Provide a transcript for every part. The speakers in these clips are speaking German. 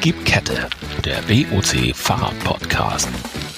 Gib Kette, der BOC Fahrrad-Podcast.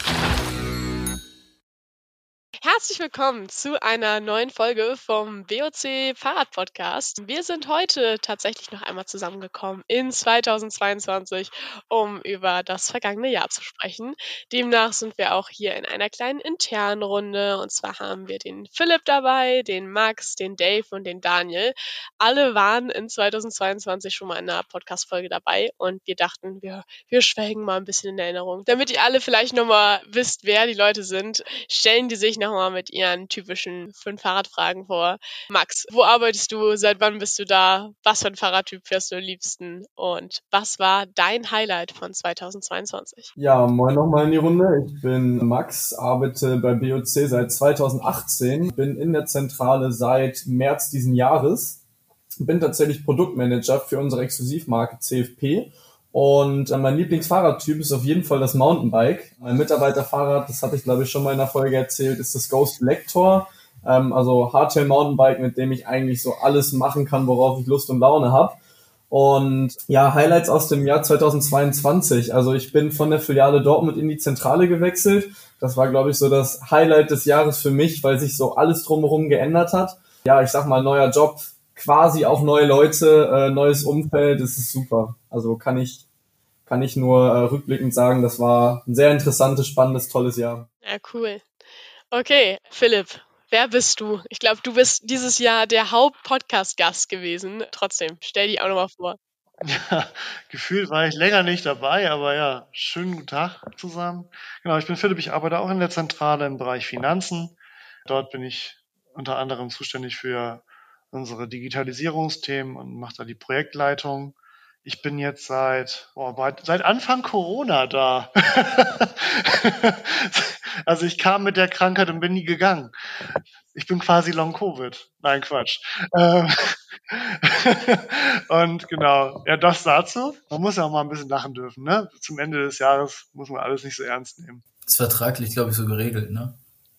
Herzlich willkommen zu einer neuen Folge vom BOC Fahrrad-Podcast. Wir sind heute tatsächlich noch einmal zusammengekommen in 2022, um über das vergangene Jahr zu sprechen. Demnach sind wir auch hier in einer kleinen internen Runde. Und zwar haben wir den Philipp dabei, den Max, den Dave und den Daniel. Alle waren in 2022 schon mal in einer Podcast-Folge dabei und wir dachten, wir schwelgen mal ein bisschen in Erinnerung. Damit ihr alle vielleicht nochmal wisst, wer die Leute sind, stellen die sich nochmal mit ihren typischen 5 Fahrradfragen vor. Max, wo arbeitest du? Seit wann bist du da? Was für ein Fahrradtyp fährst du am liebsten? Und was war dein Highlight von 2022? Ja, moin nochmal in die Runde. Ich bin Max, arbeite bei BOC seit 2018, bin in der Zentrale seit März diesen Jahres, bin tatsächlich Produktmanager für unsere Exklusivmarke CFP. Und mein Lieblingsfahrradtyp ist auf jeden Fall das Mountainbike. Mein Mitarbeiterfahrrad, das hatte ich glaube ich schon mal in der Folge erzählt, ist das Ghost Elector. Also Hardtail Mountainbike, mit dem ich eigentlich so alles machen kann, worauf ich Lust und Laune habe. Und ja, Highlights aus dem Jahr 2022. Also ich bin von der Filiale Dortmund in die Zentrale gewechselt. Das war glaube ich so das Highlight des Jahres für mich, weil sich so alles drumherum geändert hat. Ja, ich sag mal, neuer Job, quasi auch neue Leute, neues Umfeld, das ist super. Also kann ich nur rückblickend sagen, das war ein sehr interessantes, spannendes, tolles Jahr. Ja, cool. Okay, Philipp, wer bist du? Ich glaube, du bist dieses Jahr der Haupt-Podcast-Gast gewesen. Trotzdem, stell dich auch nochmal vor. Ja, gefühlt war ich länger nicht dabei, aber ja, schönen guten Tag zusammen. Genau, ich bin Philipp, ich arbeite auch in der Zentrale im Bereich Finanzen. Dort bin ich unter anderem zuständig für unsere Digitalisierungsthemen und mache da die Projektleitung. Ich bin jetzt seit Anfang Corona da. Also ich kam mit der Krankheit und bin nie gegangen. Ich bin quasi Long-Covid. Nein, Quatsch. Und genau, ja, das dazu. Man muss ja auch mal ein bisschen lachen dürfen, ne? Zum Ende des Jahres muss man alles nicht so ernst nehmen. Das ist vertraglich, glaube ich, so geregelt, ne?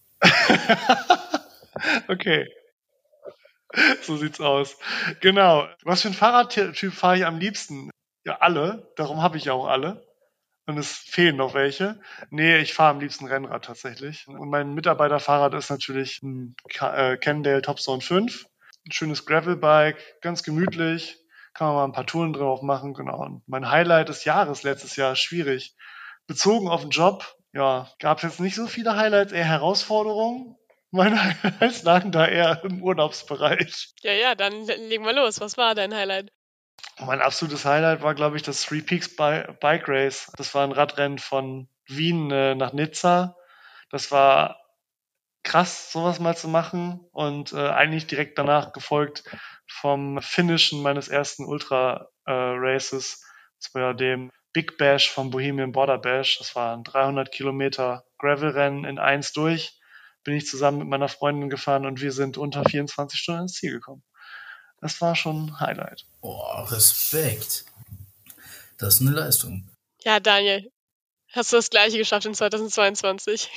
Okay. So sieht's aus. Genau. Was für ein Fahrradtyp fahre ich am liebsten? Ja, alle. Darum habe ich ja auch alle. Und es fehlen noch welche. Nee, ich fahre am liebsten Rennrad tatsächlich. Und mein Mitarbeiterfahrrad ist natürlich ein Cannondale Topzone 5. Ein schönes Gravelbike, ganz gemütlich. Kann man mal ein paar Touren drauf machen, genau. Und mein Highlight des Jahres letztes Jahr, schwierig. Bezogen auf den Job, ja, gab es jetzt nicht so viele Highlights, eher Herausforderungen. Meine Highlights lagen da eher im Urlaubsbereich. Ja, dann legen wir los. Was war dein Highlight? Mein absolutes Highlight war, glaube ich, das Three Peaks Bike Race. Das war ein Radrennen von Wien nach Nizza. Das war krass, sowas mal zu machen. Und eigentlich direkt danach gefolgt vom Finishen meines ersten Ultra-Races. Das war ja dem Big Bash vom Bohemian Border Bash. Das war ein 300 Kilometer Gravelrennen in 1 durch. Bin ich zusammen mit meiner Freundin gefahren und wir sind unter 24 Stunden ins Ziel gekommen. Das war schon ein Highlight. Oh, Respekt. Das ist eine Leistung. Ja, Daniel, hast du das Gleiche geschafft in 2022?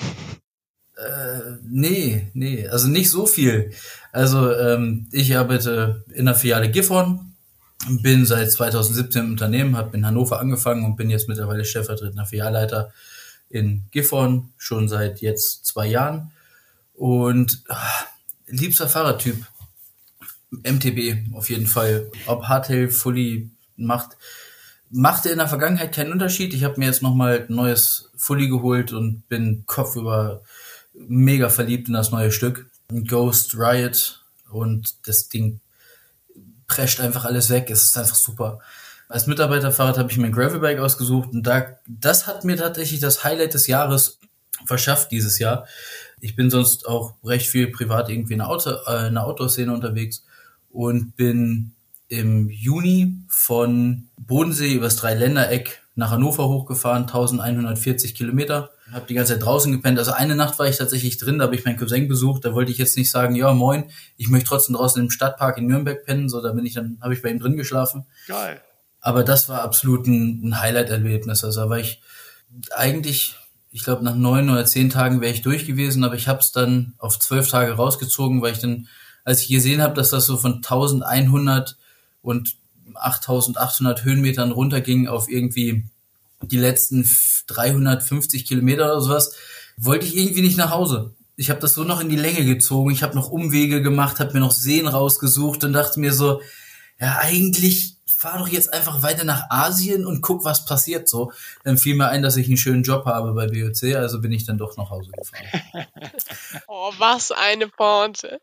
Nee, also nicht so viel. Also ich arbeite in der Filiale Gifhorn, bin seit 2017 im Unternehmen, habe in Hannover angefangen und bin jetzt mittlerweile stellvertretender Filialleiter in Gifhorn, schon seit jetzt 2 Jahren. Und liebster Fahrradtyp, MTB auf jeden Fall. Ob Hardtail, Fully machte in der Vergangenheit keinen Unterschied. Ich habe mir jetzt nochmal ein neues Fully geholt und bin kopfüber mega verliebt in das neue Stück. Ghost Riot, und das Ding prescht einfach alles weg. Es ist einfach super. Als Mitarbeiterfahrrad habe ich mir ein Gravelbike ausgesucht und das hat mir tatsächlich das Highlight des Jahres verschafft dieses Jahr. Ich bin sonst auch recht viel privat irgendwie in der Outdoor-Szene unterwegs und bin im Juni von Bodensee übers Dreiländereck nach Hannover hochgefahren, 1140 Kilometer. Habe die ganze Zeit draußen gepennt. Also eine Nacht war ich tatsächlich drin, da habe ich meinen Cousin besucht. Da wollte ich jetzt nicht sagen, ja moin, ich möchte trotzdem draußen im Stadtpark in Nürnberg pennen. So, habe ich bei ihm drin geschlafen. Geil. Aber das war absolut ein Highlight-Erlebnis. Also da war ich eigentlich, ich glaube nach 9 oder 10 Tagen wäre ich durch gewesen, aber ich habe es dann auf 12 Tage rausgezogen, weil ich dann, als ich gesehen habe, dass das so von 1100 und 8.800 Höhenmetern runterging auf irgendwie die letzten 350 Kilometer oder sowas, wollte ich irgendwie nicht nach Hause. Ich habe das so noch in die Länge gezogen. Ich habe noch Umwege gemacht, habe mir noch Seen rausgesucht und dachte mir so, ja, eigentlich fahr doch jetzt einfach weiter nach Asien und guck, was passiert so. Dann fiel mir ein, dass ich einen schönen Job habe bei BOC, also bin ich dann doch nach Hause gefahren. Oh, was eine Pointe.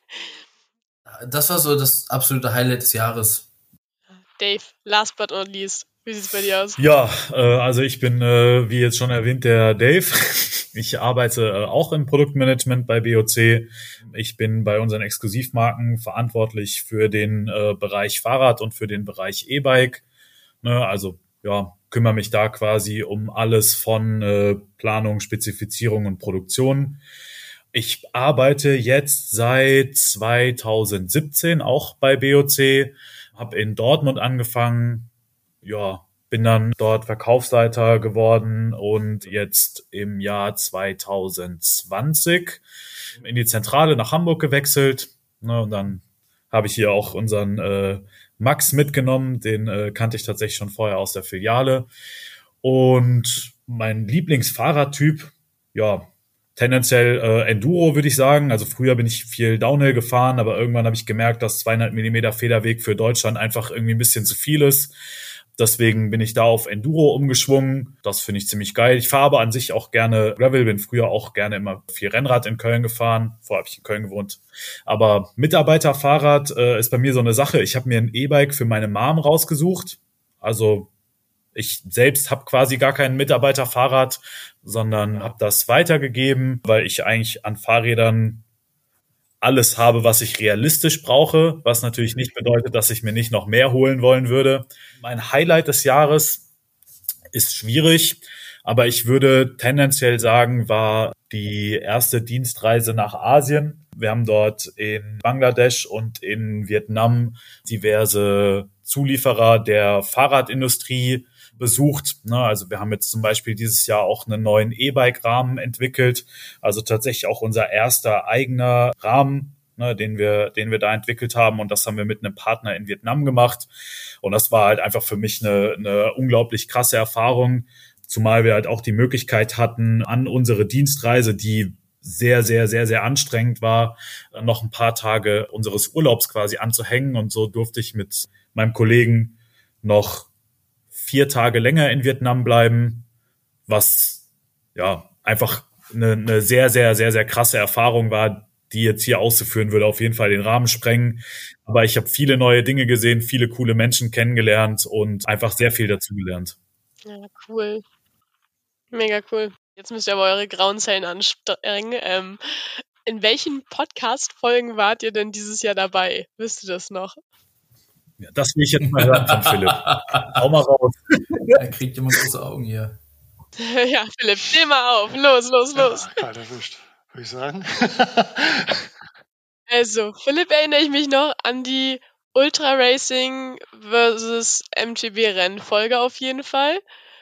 Das war so das absolute Highlight des Jahres. Dave, last but not least, wie sieht's bei dir aus? Ja, also ich bin, wie jetzt schon erwähnt, der Dave. Ich arbeite auch im Produktmanagement bei BOC. Ich bin bei unseren Exklusivmarken verantwortlich für den Bereich Fahrrad und für den Bereich E-Bike. Ne, also ja, kümmere mich da quasi um alles von Planung, Spezifizierung und Produktion. Ich arbeite jetzt seit 2017 auch bei BOC, habe in Dortmund angefangen, ja, bin dann dort Verkaufsleiter geworden und jetzt im Jahr 2020 in die Zentrale nach Hamburg gewechselt. Ne, und dann habe ich hier auch unseren Max mitgenommen, den kannte ich tatsächlich schon vorher aus der Filiale. Und mein Lieblingsfahrradtyp, ja, tendenziell Enduro, würde ich sagen. Also früher bin ich viel Downhill gefahren, aber irgendwann habe ich gemerkt, dass 200 Millimeter Federweg für Deutschland einfach irgendwie ein bisschen zu viel ist. Deswegen bin ich da auf Enduro umgeschwungen. Das finde ich ziemlich geil. Ich fahre aber an sich auch gerne Gravel, bin früher auch gerne immer viel Rennrad in Köln gefahren. Vorher habe ich in Köln gewohnt. Aber Mitarbeiterfahrrad ist bei mir so eine Sache. Ich habe mir ein E-Bike für meine Mom rausgesucht. Also ich selbst habe quasi gar kein Mitarbeiterfahrrad, sondern habe das weitergegeben, weil ich eigentlich an Fahrrädern alles habe, was ich realistisch brauche, was natürlich nicht bedeutet, dass ich mir nicht noch mehr holen wollen würde. Mein Highlight des Jahres ist schwierig, aber ich würde tendenziell sagen, war die erste Dienstreise nach Asien. Wir haben dort in Bangladesch und in Vietnam diverse Zulieferer der Fahrradindustrie besucht. Also wir haben jetzt zum Beispiel dieses Jahr auch einen neuen E-Bike-Rahmen entwickelt. Also tatsächlich auch unser erster eigener Rahmen, den wir da entwickelt haben. Und das haben wir mit einem Partner in Vietnam gemacht. Und das war halt einfach für mich eine unglaublich krasse Erfahrung. Zumal wir halt auch die Möglichkeit hatten, an unsere Dienstreise, die sehr, sehr, sehr, sehr anstrengend war, noch ein paar Tage unseres Urlaubs quasi anzuhängen. Und so durfte ich mit meinem Kollegen noch 4 Tage länger in Vietnam bleiben, was ja einfach eine sehr, sehr, sehr, sehr krasse Erfahrung war, die jetzt hier auszuführen würde, auf jeden Fall den Rahmen sprengen. Aber ich habe viele neue Dinge gesehen, viele coole Menschen kennengelernt und einfach sehr viel dazugelernt. Ja, cool. Mega cool. Jetzt müsst ihr aber eure grauen Zellen anstrengen. In welchen Podcast-Folgen wart ihr denn dieses Jahr dabei? Wisst ihr das noch? Ja, das will ich jetzt mal hören von Philipp. Hau mal raus. Er kriegt immer große Augen hier. Ja, Philipp, steh mal auf. Los. Ja, kalt erwischt, würde ich sagen. Also, Philipp erinnere ich mich noch an die Ultra Racing versus MTB Rennfolge auf jeden Fall.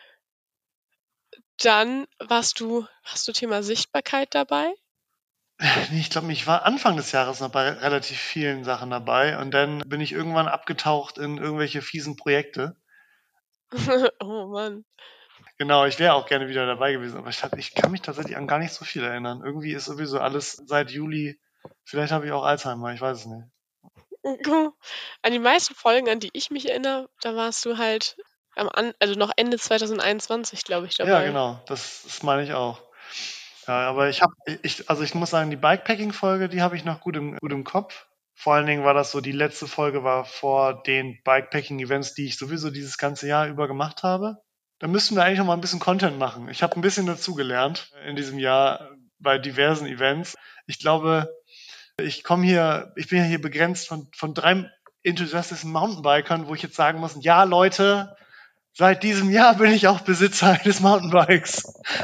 Dann warst du Thema Sichtbarkeit dabei? Nee, ich glaube, ich war Anfang des Jahres noch bei relativ vielen Sachen dabei und dann bin ich irgendwann abgetaucht in irgendwelche fiesen Projekte. Oh Mann. Genau, ich wäre auch gerne wieder dabei gewesen, aber ich kann mich tatsächlich an gar nicht so viel erinnern. Irgendwie ist sowieso alles seit Juli, vielleicht habe ich auch Alzheimer, ich weiß es nicht. An die meisten Folgen, an die ich mich erinnere, da warst du halt also noch Ende 2021, glaube ich, dabei. Ja, genau, das meine ich auch. Ja, aber ich muss sagen, die Bikepacking-Folge, die habe ich noch gut im Kopf. Vor allen Dingen war das so, die letzte Folge war vor den Bikepacking-Events, die ich sowieso dieses ganze Jahr über gemacht habe. Da müssten wir eigentlich noch mal ein bisschen Content machen. Ich habe ein bisschen dazugelernt in diesem Jahr bei diversen Events. Ich glaube, ich bin ja hier begrenzt von 3 enthusiastischen Mountainbikern, wo ich jetzt sagen muss, ja Leute, seit diesem Jahr bin ich auch Besitzer eines Mountainbikes.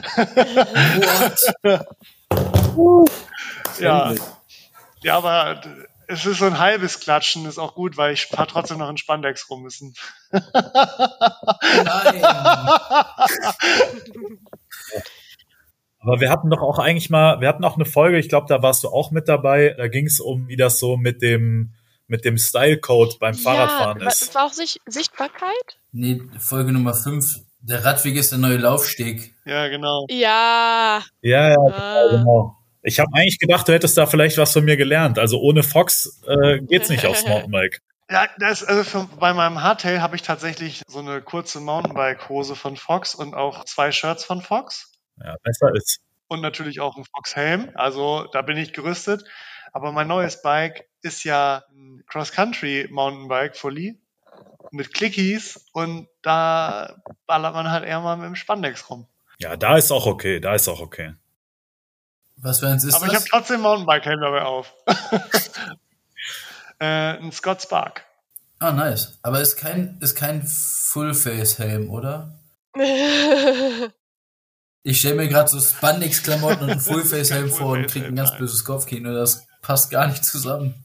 What? Ja, aber es ist so ein halbes Klatschen, ist auch gut, weil ich fahre trotzdem noch in Spandex rum müssen. Nein. Aber wir hatten doch auch wir hatten auch eine Folge, ich glaube, da warst du auch mit dabei, da ging es um, wie das so mit dem mit dem Style-Code beim Fahrradfahren ist. War auch Sichtbarkeit? Nee, Folge Nummer 5. Der Radweg ist der neue Laufsteg. Ja, genau. Ja. Ja, genau. Ich habe eigentlich gedacht, du hättest da vielleicht was von mir gelernt. Also ohne Fox geht's nicht aufs Mountainbike. Ja, bei meinem Hardtail habe ich tatsächlich so eine kurze Mountainbike-Hose von Fox und auch 2 Shirts von Fox. Ja, besser ist. Und natürlich auch ein Fox-Helm. Also da bin ich gerüstet. Aber mein neues Bike ist ja ein Cross-Country-Mountainbike Fully mit Clickies und da ballert man halt eher mal mit dem Spandex rum. Ja, da ist auch okay. Was für eins ist Aber das? ich habe trotzdem Mountainbike-Helm dabei auf. Ein Scott Spark. Ah, nice. Aber ist kein Full-Face-Helm, oder? Ich stelle mir gerade so Spandex-Klamotten und einen Full-Face-Helm vor und kriege ein ganz böses Kopfkino. Das passt gar nicht zusammen.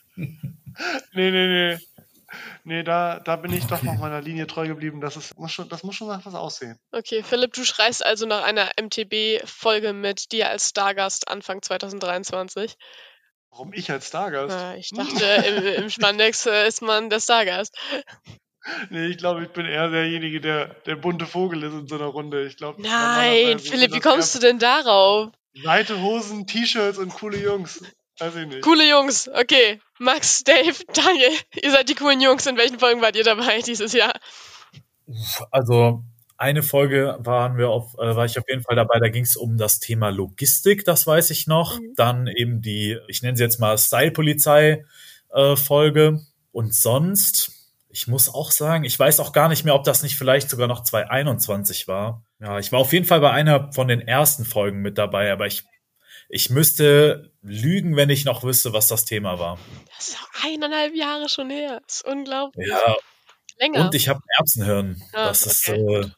Nee. Nee, da bin ich doch noch meiner Linie treu geblieben. Das muss schon nach was aussehen. Okay, Philipp, du schreist also nach einer MTB-Folge mit dir als Stargast Anfang 2023. Warum ich als Stargast? Ich dachte, im Spandex ist man der Stargast. Nee, ich glaube, ich bin eher derjenige, der bunte Vogel ist in so einer Runde. Ich glaube, Nein, Philipp, wie kommst du denn darauf? Weite Hosen, T-Shirts und coole Jungs. Weiß ich nicht. Coole Jungs, okay. Max, Dave, Daniel, ihr seid die coolen Jungs. In welchen Folgen wart ihr dabei dieses Jahr? Also eine Folge war ich auf jeden Fall dabei, da ging es um das Thema Logistik, das weiß ich noch. Dann eben ich nenne sie jetzt mal Style-Polizei-Folge. Und sonst, ich muss auch sagen, ich weiß auch gar nicht mehr, ob das nicht vielleicht sogar noch 2021 war. Ja, ich war auf jeden Fall bei einer von den ersten Folgen mit dabei, aber ich müsste lügen, wenn ich noch wüsste, was das Thema war. Das ist auch 1,5 Jahre schon her. Das ist unglaublich. Ja. Länger. Und ich habe ein Erbsenhirn. Das ist okay.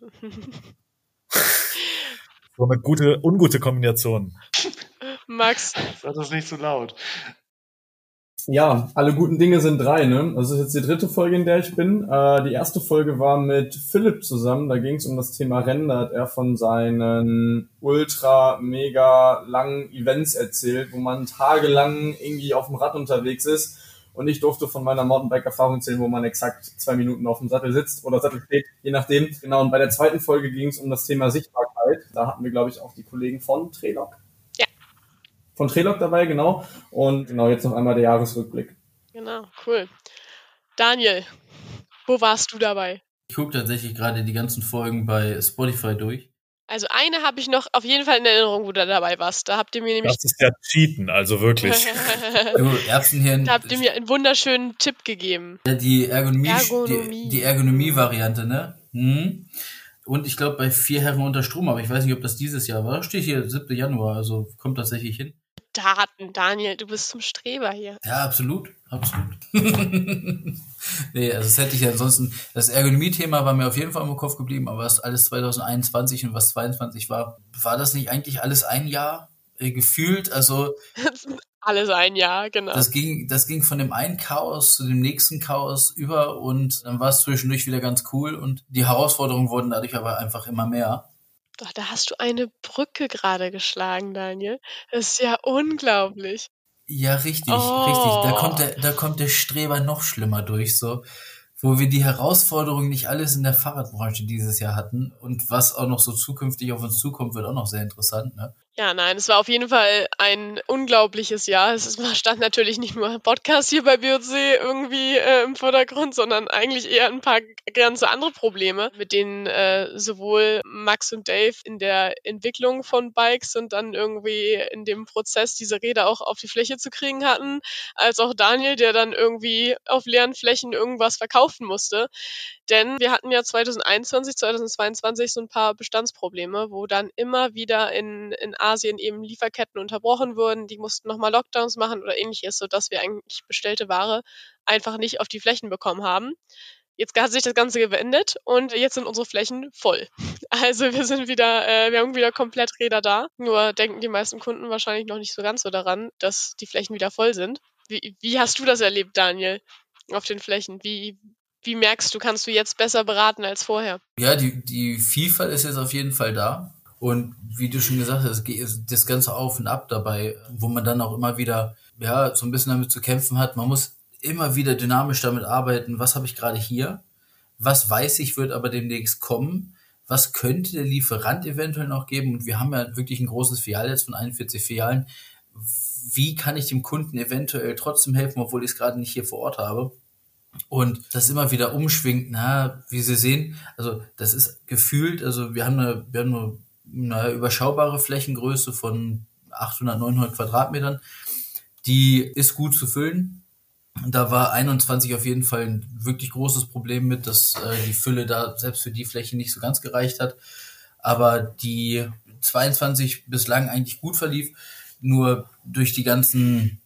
so eine ungute Kombination. Max. Sag das nicht so laut. Ja, alle guten Dinge sind 3, ne? Das ist jetzt die 3. Folge, in der ich bin. Die erste Folge war mit Philipp zusammen. Da ging es um das Thema Rennen. Da hat er von seinen ultra, mega langen Events erzählt, wo man tagelang irgendwie auf dem Rad unterwegs ist. Und ich durfte von meiner Mountainbike-Erfahrung erzählen, wo man exakt 2 Minuten auf dem Sattel sitzt oder Sattel steht, je nachdem. Genau, und bei der 2. Folge ging es um das Thema Sichtbarkeit. Da hatten wir, glaube ich, auch die Kollegen von Trelock. Ja. Von Trelock dabei, genau. Und genau, jetzt noch einmal der Jahresrückblick. Genau, cool. Daniel, wo warst du dabei? Ich gucke tatsächlich gerade die ganzen Folgen bei Spotify durch. Also eine habe ich noch auf jeden Fall in Erinnerung, wo du dabei warst. Da habt ihr mir nämlich... Das ist ja Cheaten, also wirklich. Erbsenhirn. Da habt ihr mir einen wunderschönen Tipp gegeben. Die Ergonomie-Variante, ne? Und ich glaube bei 4 Herren unter Strom, aber ich weiß nicht, ob das dieses Jahr war. Steht hier 7. Januar, also kommt tatsächlich hin. Daten, Daniel, du bist zum Streber hier. Ja, absolut. Nee, also das hätte ich ja ansonsten, das Ergonomie-Thema war mir auf jeden Fall im Kopf geblieben, aber was alles 2021 und was 2022 war das nicht eigentlich alles ein Jahr gefühlt? Also alles ein Jahr, genau. Das ging von dem einen Chaos zu dem nächsten Chaos über und dann war es zwischendurch wieder ganz cool und die Herausforderungen wurden dadurch aber einfach immer mehr. Doch, da hast du eine Brücke gerade geschlagen, Daniel. Das ist ja unglaublich. Ja, richtig. Da kommt der Streber noch schlimmer durch, so, wo wir die Herausforderungen nicht alles in der Fahrradbranche dieses Jahr hatten und was auch noch so zukünftig auf uns zukommt, wird auch noch sehr interessant, ne? Ja, nein, es war auf jeden Fall ein unglaubliches Jahr. Stand natürlich nicht nur Podcast hier bei BOC irgendwie im Vordergrund, sondern eigentlich eher ein paar ganz andere Probleme, mit denen sowohl Max und Dave in der Entwicklung von Bikes und dann irgendwie in dem Prozess, diese Räder auch auf die Fläche zu kriegen hatten, als auch Daniel, der dann irgendwie auf leeren Flächen irgendwas verkaufen musste. Denn wir hatten ja 2021, 2022 so ein paar Bestandsprobleme, wo dann immer wieder in Asien eben Lieferketten unterbrochen wurden. Die mussten nochmal Lockdowns machen oder ähnliches, sodass wir eigentlich bestellte Ware einfach nicht auf die Flächen bekommen haben. Jetzt hat sich das Ganze gewendet und jetzt sind unsere Flächen voll. Also wir haben wieder komplett Räder da. Nur denken die meisten Kunden wahrscheinlich noch nicht so ganz so daran, dass die Flächen wieder voll sind. Wie hast du das erlebt, Daniel, auf den Flächen? Wie merkst du, kannst du jetzt besser beraten als vorher? Ja, die Vielfalt ist jetzt auf jeden Fall da. Und wie du schon gesagt hast, das ganze Auf und Ab dabei, wo man dann auch immer wieder, ja, so ein bisschen damit zu kämpfen hat. Man muss immer wieder dynamisch damit arbeiten, was habe ich gerade hier, was weiß ich, wird aber demnächst kommen, was könnte der Lieferant eventuell noch geben, und wir haben ja wirklich ein großes Filialnetz von 41 Filialen, wie kann ich dem Kunden eventuell trotzdem helfen, obwohl ich es gerade nicht hier vor Ort habe. Und das immer wieder umschwingt, wie Sie sehen, also das ist gefühlt, also wir haben eine überschaubare Flächengröße von 800, 900 Quadratmetern, die ist gut zu füllen. Da war 21 auf jeden Fall ein wirklich großes Problem mit, dass die Fülle da selbst für die Fläche nicht so ganz gereicht hat. Aber die 22 bislang eigentlich gut verlief, nur durch die ganzen,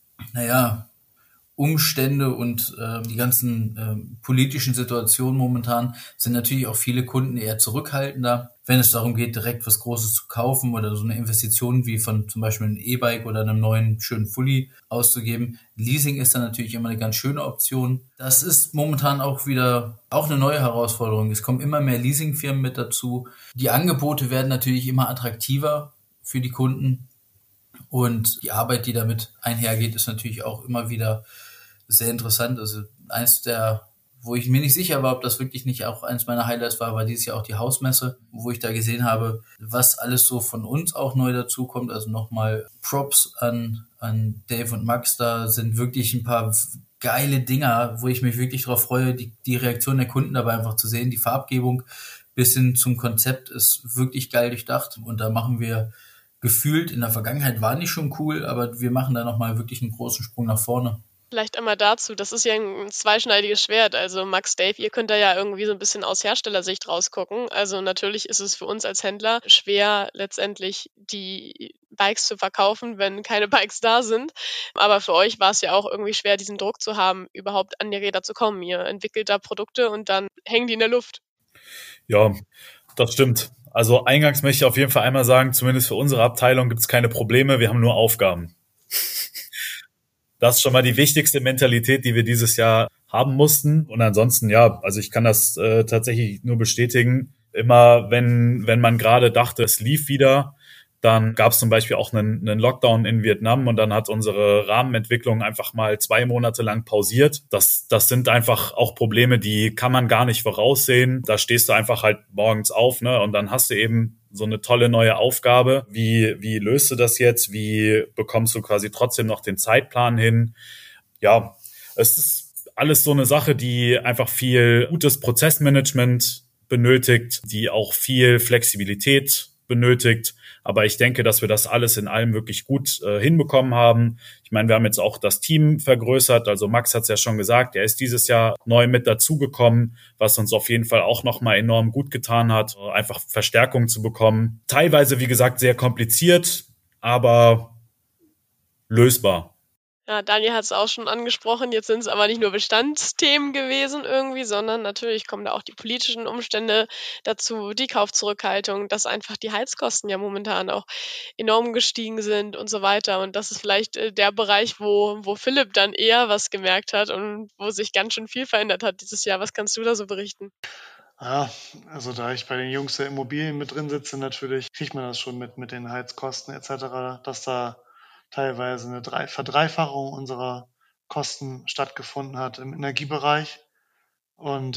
Umstände und die ganzen politischen Situationen momentan sind natürlich auch viele Kunden eher zurückhaltender, wenn es darum geht, direkt was Großes zu kaufen oder so eine Investition wie von zum Beispiel einem E-Bike oder einem neuen schönen Fully auszugeben. Leasing ist dann natürlich immer eine ganz schöne Option. Das ist momentan auch eine neue Herausforderung. Es kommen immer mehr Leasingfirmen mit dazu. Die Angebote werden natürlich immer attraktiver für die Kunden. Und die Arbeit, die damit einhergeht, ist natürlich auch immer wieder sehr interessant. Also wo ich mir nicht sicher war, ob das wirklich nicht auch eins meiner Highlights war dieses Jahr auch die Hausmesse, wo ich da gesehen habe, was alles so von uns auch neu dazukommt. Also nochmal Props an Dave und Max. Da sind wirklich ein paar geile Dinger, wo ich mich wirklich drauf freue, die Reaktion der Kunden dabei einfach zu sehen. Die Farbgebung bis hin zum Konzept ist wirklich geil durchdacht. Und da machen wir gefühlt, in der Vergangenheit war nicht schon cool, aber wir machen da nochmal wirklich einen großen Sprung nach vorne. Vielleicht einmal dazu, das ist ja ein zweischneidiges Schwert. Also Max, Dave, ihr könnt da ja irgendwie so ein bisschen aus Herstellersicht rausgucken. Also natürlich ist es für uns als Händler schwer, letztendlich die Bikes zu verkaufen, wenn keine Bikes da sind. Aber für euch war es ja auch irgendwie schwer, diesen Druck zu haben, überhaupt an die Räder zu kommen. Ihr entwickelt da Produkte und dann hängen die in der Luft. Ja, das stimmt. Also eingangs möchte ich auf jeden Fall einmal sagen, zumindest für unsere Abteilung gibt es keine Probleme, wir haben nur Aufgaben. Das ist schon mal die wichtigste Mentalität, die wir dieses Jahr haben mussten. Und ansonsten, also ich kann das tatsächlich nur bestätigen. Immer wenn man gerade dachte, es lief wieder, dann gab es zum Beispiel auch einen Lockdown in Vietnam und dann hat unsere Rahmenentwicklung einfach mal 2 Monate lang pausiert. Das sind einfach auch Probleme, die kann man gar nicht voraussehen. Da stehst du einfach halt morgens auf, ne? Und dann hast du eben so eine tolle neue Aufgabe. Wie löst du das jetzt? Wie bekommst du quasi trotzdem noch den Zeitplan hin? Ja, es ist alles so eine Sache, die einfach viel gutes Prozessmanagement benötigt, die auch viel Flexibilität benötigt. Aber ich denke, dass wir das alles in allem wirklich gut hinbekommen haben. Ich meine, wir haben jetzt auch das Team vergrößert. Also Max hat es ja schon gesagt, er ist dieses Jahr neu mit dazugekommen, was uns auf jeden Fall auch nochmal enorm gut getan hat, einfach Verstärkung zu bekommen. Teilweise, wie gesagt, sehr kompliziert, aber lösbar. Ja, Daniel hat es auch schon angesprochen, jetzt sind es aber nicht nur Bestandsthemen gewesen irgendwie, sondern natürlich kommen da auch die politischen Umstände dazu, die Kaufzurückhaltung, dass einfach die Heizkosten ja momentan auch enorm gestiegen sind und so weiter. Und das ist vielleicht der Bereich, wo Philipp dann eher was gemerkt hat und wo sich ganz schön viel verändert hat dieses Jahr. Was kannst du da so berichten? Ja, also da ich bei den Jungs der Immobilien mit drin sitze, natürlich kriegt man das schon mit den Heizkosten etc., dass da teilweise eine Verdreifachung unserer Kosten stattgefunden hat im Energiebereich. Und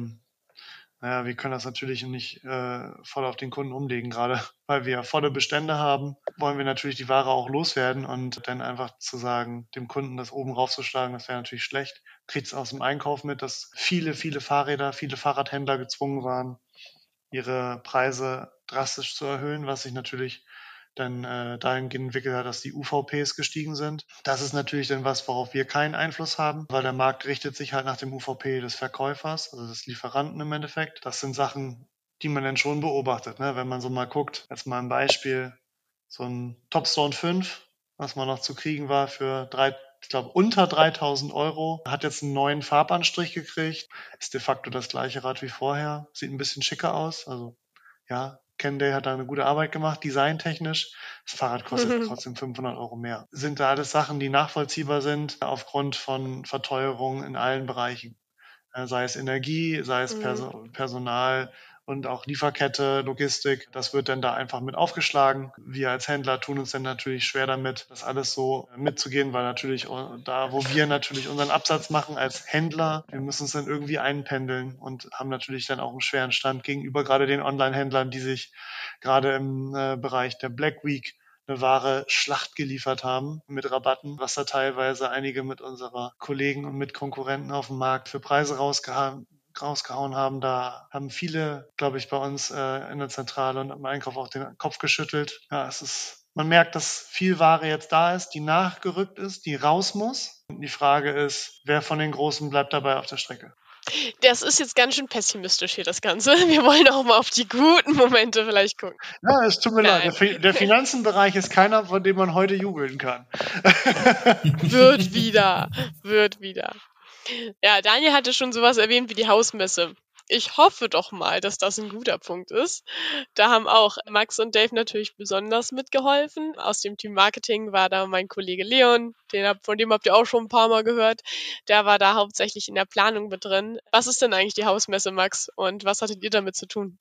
wir können das natürlich nicht voll auf den Kunden umlegen, gerade weil wir volle Bestände haben, wollen wir natürlich die Ware auch loswerden und dann einfach zu sagen, dem Kunden das oben raufzuschlagen, das wäre natürlich schlecht. Kriegt es aus dem Einkauf mit, dass viele Fahrradhändler gezwungen waren, ihre Preise drastisch zu erhöhen, was sich natürlich dann dahingehend entwickelt hat, dass die UVPs gestiegen sind. Das ist natürlich dann was, worauf wir keinen Einfluss haben, weil der Markt richtet sich halt nach dem UVP des Verkäufers, also des Lieferanten im Endeffekt. Das sind Sachen, die man dann schon beobachtet, ne? Wenn man so mal guckt, jetzt mal ein Beispiel, so ein Topstone 5, was mal noch zu kriegen war für unter 3.000 Euro, hat jetzt einen neuen Farbanstrich gekriegt, ist de facto das gleiche Rad wie vorher, sieht ein bisschen schicker aus, also ja, Kenday hat da eine gute Arbeit gemacht, designtechnisch. Das Fahrrad kostet trotzdem 500 Euro mehr. Sind da alles Sachen, die nachvollziehbar sind aufgrund von Verteuerung in allen Bereichen? Sei es Energie, sei es Personal und auch Lieferkette, Logistik, das wird dann da einfach mit aufgeschlagen. Wir als Händler tun uns dann natürlich schwer damit, das alles so mitzugehen, weil natürlich da, wo wir natürlich unseren Absatz machen als Händler, wir müssen uns dann irgendwie einpendeln und haben natürlich dann auch einen schweren Stand gegenüber gerade den Online-Händlern, die sich gerade im Bereich der Black Week eine wahre Schlacht geliefert haben mit Rabatten, was da teilweise einige mit unserer Kollegen und mit Konkurrenten auf dem Markt für Preise rausgehauen haben. Da haben viele, glaube ich, bei uns in der Zentrale und im Einkauf auch den Kopf geschüttelt. Ja, man merkt, dass viel Ware jetzt da ist, die nachgerückt ist, die raus muss. Und die Frage ist, wer von den Großen bleibt dabei auf der Strecke? Das ist jetzt ganz schön pessimistisch hier, das Ganze. Wir wollen auch mal auf die guten Momente vielleicht gucken. Ja, es tut mir leid. Der Finanzenbereich ist keiner, von dem man heute jubeln kann. Wird wieder. Ja, Daniel hatte schon sowas erwähnt wie die Hausmesse. Ich hoffe doch mal, dass das ein guter Punkt ist. Da haben auch Max und Dave natürlich besonders mitgeholfen. Aus dem Team Marketing war da mein Kollege Leon, von dem habt ihr auch schon ein paar Mal gehört. Der war da hauptsächlich in der Planung mit drin. Was ist denn eigentlich die Hausmesse, Max? Und was hattet ihr damit zu tun?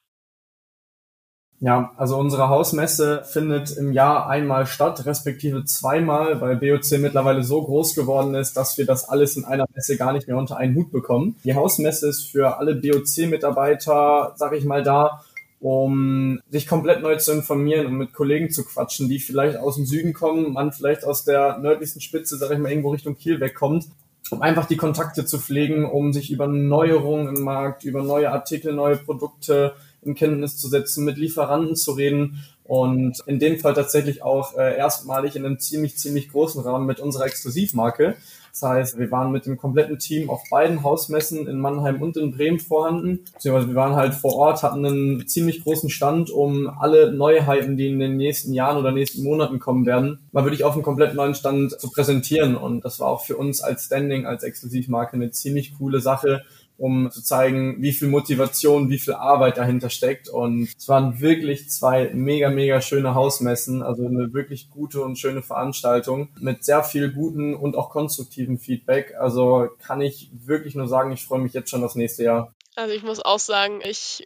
Ja, also unsere Hausmesse findet im Jahr einmal statt, respektive zweimal, weil BOC mittlerweile so groß geworden ist, dass wir das alles in einer Messe gar nicht mehr unter einen Hut bekommen. Die Hausmesse ist für alle BOC-Mitarbeiter, sag ich mal, da, um sich komplett neu zu informieren und mit Kollegen zu quatschen, die vielleicht aus dem Süden kommen, man vielleicht aus der nördlichsten Spitze, sag ich mal, irgendwo Richtung Kiel wegkommt, um einfach die Kontakte zu pflegen, um sich über Neuerungen im Markt, über neue Artikel, neue Produkte in Kenntnis zu setzen, mit Lieferanten zu reden und in dem Fall tatsächlich auch erstmalig in einem ziemlich großen Rahmen mit unserer Exklusivmarke. Das heißt, wir waren mit dem kompletten Team auf beiden Hausmessen in Mannheim und in Bremen vorhanden. Beziehungsweise wir waren halt vor Ort, hatten einen ziemlich großen Stand, um alle Neuheiten, die in den nächsten Jahren oder nächsten Monaten kommen werden, mal wirklich auf einem komplett neuen Stand zu präsentieren. Und das war auch für uns als Standing, als Exklusivmarke eine ziemlich coole Sache, um zu zeigen, wie viel Motivation, wie viel Arbeit dahinter steckt. Und es waren wirklich zwei mega schöne Hausmessen, also eine wirklich gute und schöne Veranstaltung mit sehr viel guten und auch konstruktiven Feedback. Also kann ich wirklich nur sagen, ich freue mich jetzt schon aufs nächste Jahr. Also ich muss auch sagen,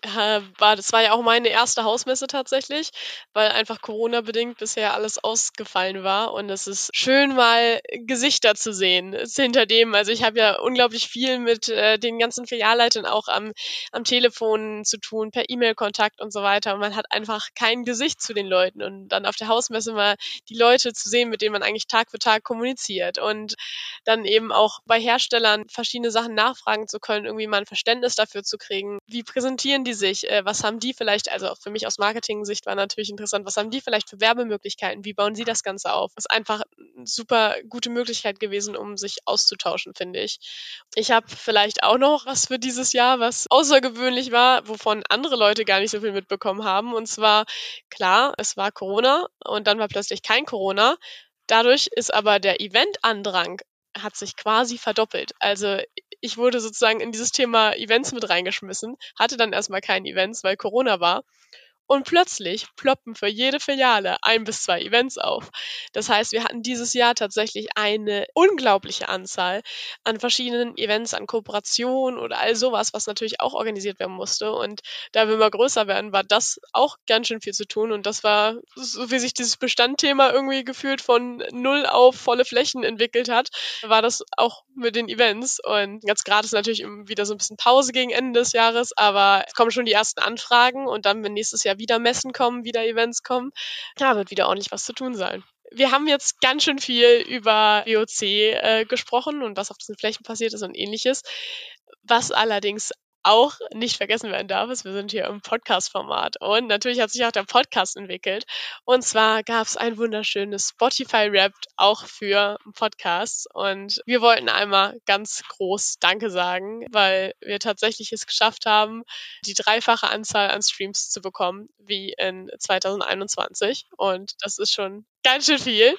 das war ja auch meine erste Hausmesse tatsächlich, weil einfach Corona-bedingt bisher alles ausgefallen war und es ist schön mal Gesichter zu sehen hinter dem. Also ich habe ja unglaublich viel mit den ganzen Filialleitern auch am Telefon zu tun, per E-Mail-Kontakt und so weiter und man hat einfach kein Gesicht zu den Leuten und dann auf der Hausmesse mal die Leute zu sehen, mit denen man eigentlich Tag für Tag kommuniziert und dann eben auch bei Herstellern verschiedene Sachen nachfragen zu können, irgendwie mal ein Verständnis dafür zu kriegen. Wie präsentieren die sich? Was haben die vielleicht, also auch für mich aus Marketing-Sicht war natürlich interessant, was haben die vielleicht für Werbemöglichkeiten? Wie bauen sie das Ganze auf? Das ist einfach eine super gute Möglichkeit gewesen, um sich auszutauschen, finde ich. Ich habe vielleicht auch noch was für dieses Jahr, was außergewöhnlich war, wovon andere Leute gar nicht so viel mitbekommen haben. Und zwar, klar, es war Corona und dann war plötzlich kein Corona. Dadurch ist aber der Eventandrang hat sich quasi verdoppelt. Also ich wurde sozusagen in dieses Thema Events mit reingeschmissen, hatte dann erstmal keine Events, weil Corona war. Und plötzlich ploppen für jede Filiale 1 bis 2 Events auf. Das heißt, wir hatten dieses Jahr tatsächlich eine unglaubliche Anzahl an verschiedenen Events, an Kooperationen oder all sowas, was natürlich auch organisiert werden musste. Und da wir immer größer werden, war das auch ganz schön viel zu tun. Und das war, so wie sich dieses Bestandthema irgendwie gefühlt von 0 auf volle Flächen entwickelt hat, war das auch mit den Events. Und jetzt gerade ist natürlich wieder so ein bisschen Pause gegen Ende des Jahres, aber es kommen schon die ersten Anfragen und dann, wenn nächstes Jahr wieder Messen kommen, wieder Events kommen, da wird wieder ordentlich was zu tun sein. Wir haben jetzt ganz schön viel über BOC gesprochen und was auf diesen Flächen passiert ist und ähnliches. Was allerdings auch nicht vergessen werden darf, ist, wir sind hier im Podcast-Format und natürlich hat sich auch der Podcast entwickelt. Und zwar gab es ein wunderschönes Spotify-Wrapped auch für Podcasts und wir wollten einmal ganz groß Danke sagen, weil wir tatsächlich es geschafft haben, die 3-fache Anzahl an Streams zu bekommen, wie in 2021 und das ist schon ganz schön viel.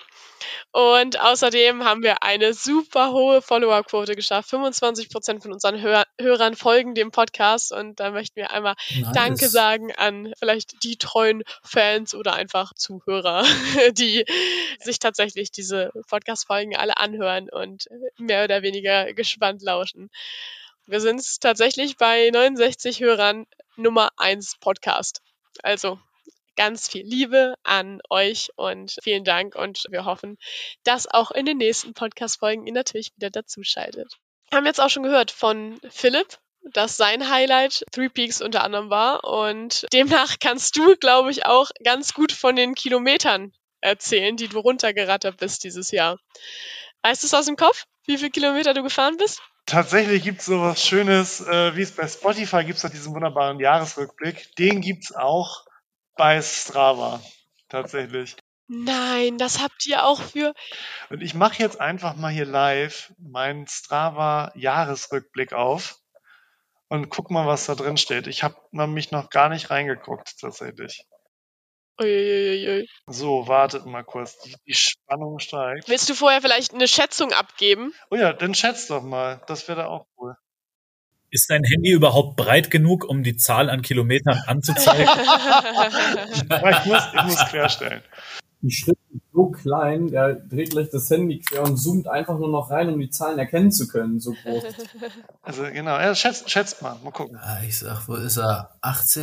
Und außerdem haben wir eine super hohe Followerquote geschafft. 25% von unseren Hörern folgen dem Podcast und da möchten wir einmal Danke sagen an vielleicht die treuen Fans oder einfach Zuhörer, die sich tatsächlich diese Podcast-Folgen alle anhören und mehr oder weniger gespannt lauschen. Wir sind tatsächlich bei 69 Hörern Nummer 1 Podcast. Also ganz viel Liebe an euch und vielen Dank und wir hoffen, dass auch in den nächsten Podcast-Folgen ihr natürlich wieder dazuschaltet. Wir haben jetzt auch schon gehört von Philipp, dass sein Highlight Three Peaks unter anderem war und demnach kannst du, glaube ich, auch ganz gut von den Kilometern erzählen, die du runtergerattert bist dieses Jahr. Weißt du es aus dem Kopf, wie viele Kilometer du gefahren bist? Tatsächlich gibt es sowas Schönes, wie es bei Spotify gibt es doch diesen wunderbaren Jahresrückblick. Den gibt es auch bei Strava. Tatsächlich. Nein, das habt ihr auch für... Und ich mache jetzt einfach mal hier live meinen Strava-Jahresrückblick auf und guck mal, was da drin steht. Ich habe nämlich noch gar nicht reingeguckt, tatsächlich. Uiuiui. So, wartet mal kurz. Die Spannung steigt. Willst du vorher vielleicht eine Schätzung abgeben? Oh ja, dann schätzt doch mal. Das wäre da auch cool. Ist dein Handy überhaupt breit genug, um die Zahl an Kilometern anzuzeigen? Aber ich muss querstellen. Die Schrift ist so klein, der dreht gleich das Handy quer und zoomt einfach nur noch rein, um die Zahlen erkennen zu können. So groß. Also genau, ja, schätzt mal gucken. Ich sag, wo ist er?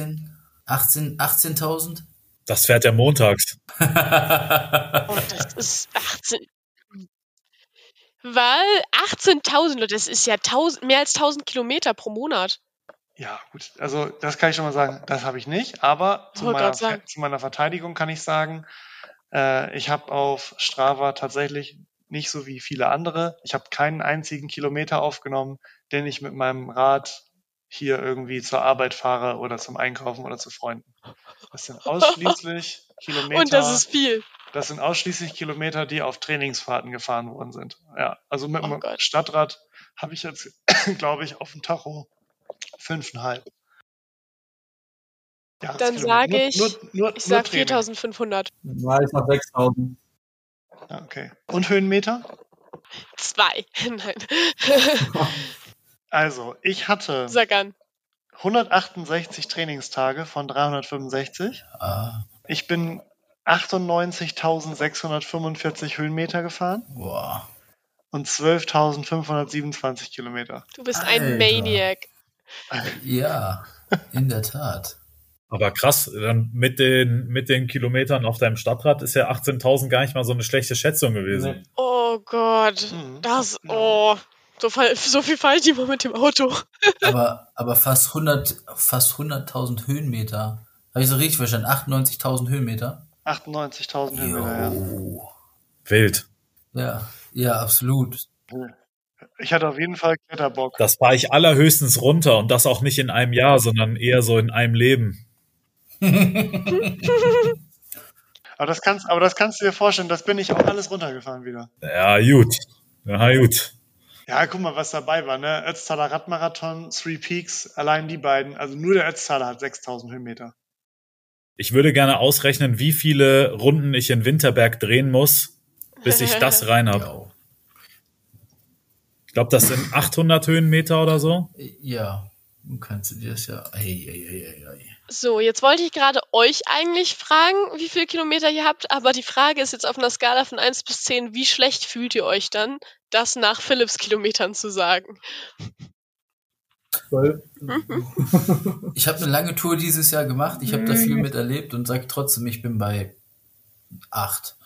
18.000? Das fährt er montags. Oh, das ist 18. Weil 18.000, das ist ja mehr als 1.000 Kilometer pro Monat. Ja, gut. Also das kann ich schon mal sagen, das habe ich nicht. Aber zu meiner Verteidigung kann ich sagen, ich habe auf Strava tatsächlich nicht so wie viele andere. Ich habe keinen einzigen Kilometer aufgenommen, den ich mit meinem Rad hier irgendwie zur Arbeit fahre oder zum Einkaufen oder zu Freunden. Das sind ausschließlich Kilometer. Und das ist viel. Das sind ausschließlich Kilometer, die auf Trainingsfahrten gefahren worden sind. Ja, also mit dem Gott. Stadtrad habe ich jetzt, glaube ich, auf dem Tacho 5,5. Dann sage ich, ich sage 4.500. Ja, ich sag 6.000. Ja, okay. Und Höhenmeter? 2. Nein. Also, ich hatte Sag an. 168 Trainingstage von 365. Ah, Ich bin 98.645 Höhenmeter gefahren boah. und 12.527 Kilometer. Du bist Alter. ein Maniac. Ja, in der Tat. Aber krass, dann mit den Kilometern auf deinem Stadtrad ist ja 18.000 gar nicht mal so eine schlechte Schätzung gewesen. Nee. Oh Gott. So viel fahre ich immer mit dem Auto. Aber fast 100.000 Höhenmeter. Habe ich so richtig verstanden? 98.000 Höhenmeter? 98.000 Höhenmeter, ja. Jo. Wild. Ja, absolut. Ich hatte auf jeden Fall Kletterbock. Das fahre ich allerhöchstens runter und das auch nicht in einem Jahr, sondern eher so in einem Leben. Aber das kannst du dir vorstellen, das bin ich auch alles runtergefahren wieder. Ja, gut. Ja, guck mal, was dabei war, ne? Ötztaler Radmarathon, Three Peaks, allein die beiden. Also nur der Ötztaler hat 6.000 Höhenmeter. Ich würde gerne ausrechnen, wie viele Runden ich in Winterberg drehen muss, bis ich das rein habe. Ja. Ich glaube, das sind 800 Höhenmeter oder so. Ja, du kannst dir das ja. So, jetzt wollte ich gerade euch eigentlich fragen, wie viele Kilometer ihr habt, aber die Frage ist jetzt auf einer Skala von 1 bis 10, wie schlecht fühlt ihr euch dann, das nach Philipps Kilometern zu sagen? 12. Ich habe eine lange Tour dieses Jahr gemacht. Ich habe da viel miterlebt und sage trotzdem, ich bin bei 8.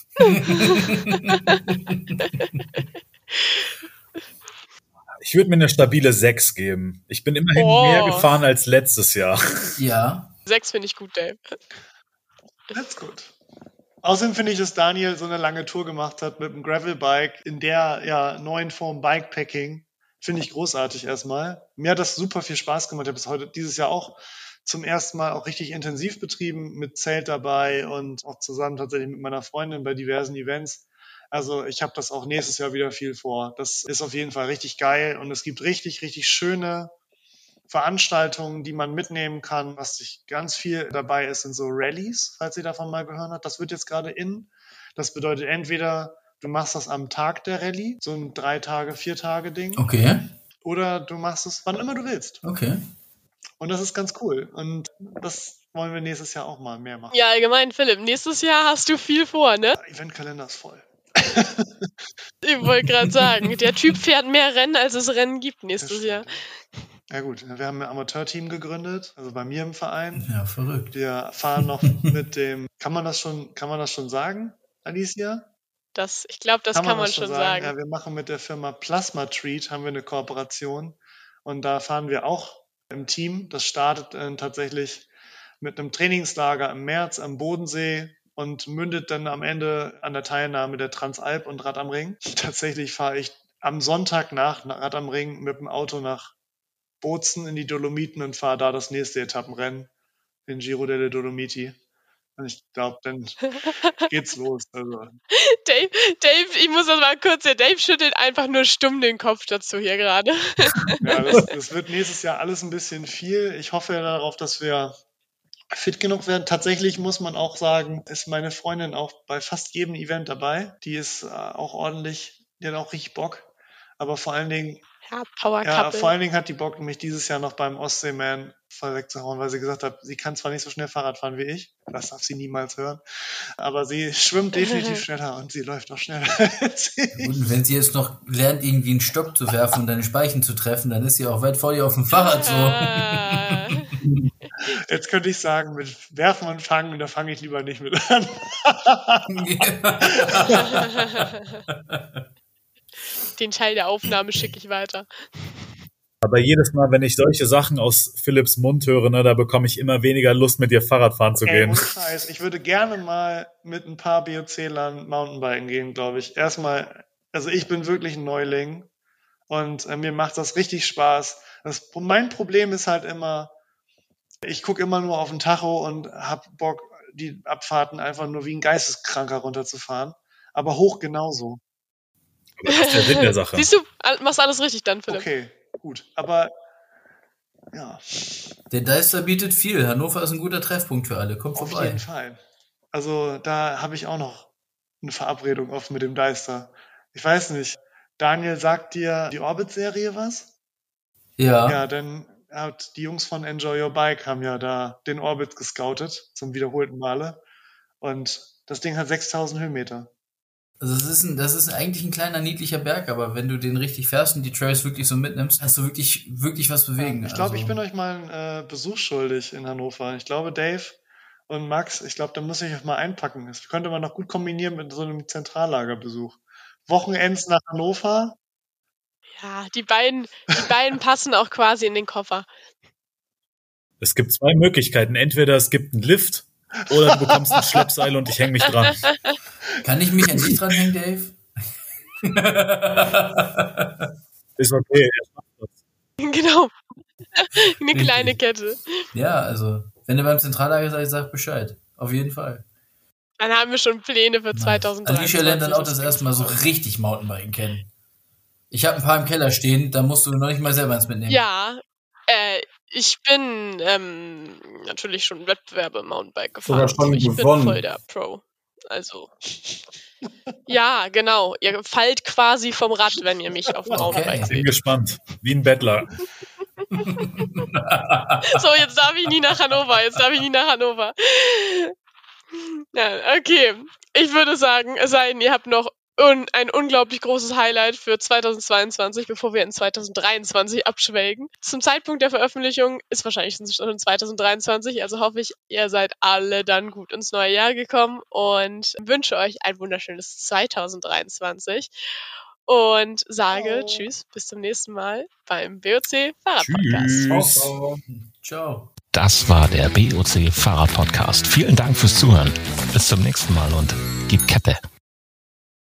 Ich würde mir eine stabile 6 geben. Ich bin immerhin mehr gefahren als letztes Jahr. Ja. 6 finde ich gut, Dave. That's good. Außerdem finde ich, dass Daniel so eine lange Tour gemacht hat mit dem Gravelbike in der neuen Form Bikepacking. Finde ich großartig erstmal. Mir hat das super viel Spaß gemacht. Ich habe es dieses Jahr auch zum ersten Mal auch richtig intensiv betrieben, mit Zelt dabei und auch zusammen tatsächlich mit meiner Freundin bei diversen Events. Also ich habe das auch nächstes Jahr wieder viel vor. Das ist auf jeden Fall richtig geil und es gibt richtig, richtig schöne Veranstaltungen, die man mitnehmen kann. Was ganz viel dabei ist, sind so Rallyes, falls ihr davon mal gehört habt. Das wird jetzt gerade in. Das bedeutet entweder du machst das am Tag der Rallye, so ein 3-Tage-4-Tage-Ding. Okay. Oder du machst es wann immer du willst. Okay. Und das ist ganz cool. Und das wollen wir nächstes Jahr auch mal mehr machen. Ja, allgemein, Philipp, nächstes Jahr hast du viel vor, ne? Der Eventkalender ist voll. Ich wollte gerade sagen, der Typ fährt mehr Rennen, als es Rennen gibt nächstes Jahr. Ja gut, wir haben ein Amateurteam gegründet, also bei mir im Verein. Ja, verrückt. Wir fahren noch mit dem, kann man das schon sagen, Alicia? Ich glaube, das kann man schon sagen. Ja, wir machen mit der Firma Plasma Treat, haben wir eine Kooperation und da fahren wir auch im Team. Das startet tatsächlich mit einem Trainingslager im März am Bodensee und mündet dann am Ende an der Teilnahme der Transalp und Rad am Ring. Tatsächlich fahre ich am Sonntag nach Rad am Ring mit dem Auto nach Bozen in die Dolomiten und fahre da das nächste Etappenrennen, den Giro delle Dolomiti. Und ich glaube, dann geht's los. Also. Dave, ich muss das mal kurz hier. Dave schüttelt einfach nur stumm den Kopf dazu hier gerade. Ja, das wird nächstes Jahr alles ein bisschen viel. Ich hoffe darauf, dass wir fit genug werden. Tatsächlich muss man auch sagen, ist meine Freundin auch bei fast jedem Event dabei. Die ist auch ordentlich, die hat auch richtig Bock. Aber vor allen Dingen hat die Bock, mich dieses Jahr noch beim Ostseeman voll wegzuhauen, weil sie gesagt hat, sie kann zwar nicht so schnell Fahrrad fahren wie ich, das darf sie niemals hören, aber sie schwimmt definitiv schneller und sie läuft auch schneller als ich. Und wenn sie jetzt noch lernt, irgendwie einen Stock zu werfen und deine Speichen zu treffen, dann ist sie auch weit vor dir auf dem Fahrrad so. Jetzt könnte ich sagen, mit Werfen und Fangen, da fange ich lieber nicht mit an. Den Teil der Aufnahme schicke ich weiter. Aber jedes Mal, wenn ich solche Sachen aus Philipps Mund höre, ne, da bekomme ich immer weniger Lust, mit dir Fahrradfahren zu gehen. Ohne Scheiß. Ich würde gerne mal mit ein paar BOC-Lern Mountainbiken gehen, glaube ich. Erstmal, also ich bin wirklich ein Neuling und mir macht das richtig Spaß. Mein Problem ist halt immer, ich gucke immer nur auf den Tacho und habe Bock, die Abfahrten einfach nur wie ein Geisteskranker runterzufahren. Aber hoch genauso. Aber das ist der Sinn der Sache. Siehst du, machst alles richtig dann, Philipp. Okay, gut. Aber, ja. Der Deister bietet viel. Hannover ist ein guter Treffpunkt für alle. Kommt vorbei. Auf jeden Fall. Also, da habe ich auch noch eine Verabredung oft mit dem Deister. Ich weiß nicht. Daniel, sagt dir die Orbit-Serie was? Ja. Ja, dann die Jungs von Enjoy Your Bike haben ja da den Orbit gescoutet zum wiederholten Male. Und das Ding hat 6000 Höhenmeter. Also das ist eigentlich ein kleiner, niedlicher Berg, aber wenn du den richtig fährst und die Trails wirklich so mitnimmst, kannst du wirklich, wirklich was bewegen. Ich glaube, ich bin euch mal einen Besuch schuldig in Hannover. Ich glaube, Dave und Max, da muss ich euch mal einpacken. Das könnte man noch gut kombinieren mit so einem Zentrallagerbesuch. Wochenends nach Hannover. Ja, die beiden passen auch quasi in den Koffer. Es gibt zwei Möglichkeiten. Entweder es gibt einen Lift oder du bekommst ein Schleppseil und ich hänge mich dran. Kann ich mich an dich dranhängen, Dave? Ist okay. Genau. Eine kleine Kette. Ja, also, wenn du beim Zentrallager seid, sag Bescheid. Auf jeden Fall. Dann haben wir schon Pläne für 2023. Alicia lernt dann auch das erste Mal so richtig Mountainbiken kennen. Ich habe ein paar im Keller stehen, da musst du noch nicht mal selber ins mitnehmen. Ja, ich bin natürlich schon Wettbewerbe im Mountainbike gefahren. Ich bin voll der Pro. Also, ja, genau. Ihr fallt quasi vom Rad, wenn ihr mich auf dem Mountainbike Ich seht. bin gespannt. Wie ein Bettler. So, jetzt darf ich nie nach Hannover. Ja, okay. Ich würde sagen, es sei denn, ihr habt noch ein unglaublich großes Highlight für 2022, bevor wir in 2023 abschwelgen. Zum Zeitpunkt der Veröffentlichung ist wahrscheinlich schon 2023, also hoffe ich, ihr seid alle dann gut ins neue Jahr gekommen und wünsche euch ein wunderschönes 2023 und sage Tschüss, bis zum nächsten Mal beim BOC Fahrrad Podcast. Ciao. Das war der BOC Fahrrad Podcast. Vielen Dank fürs Zuhören. Bis zum nächsten Mal und gib Kette.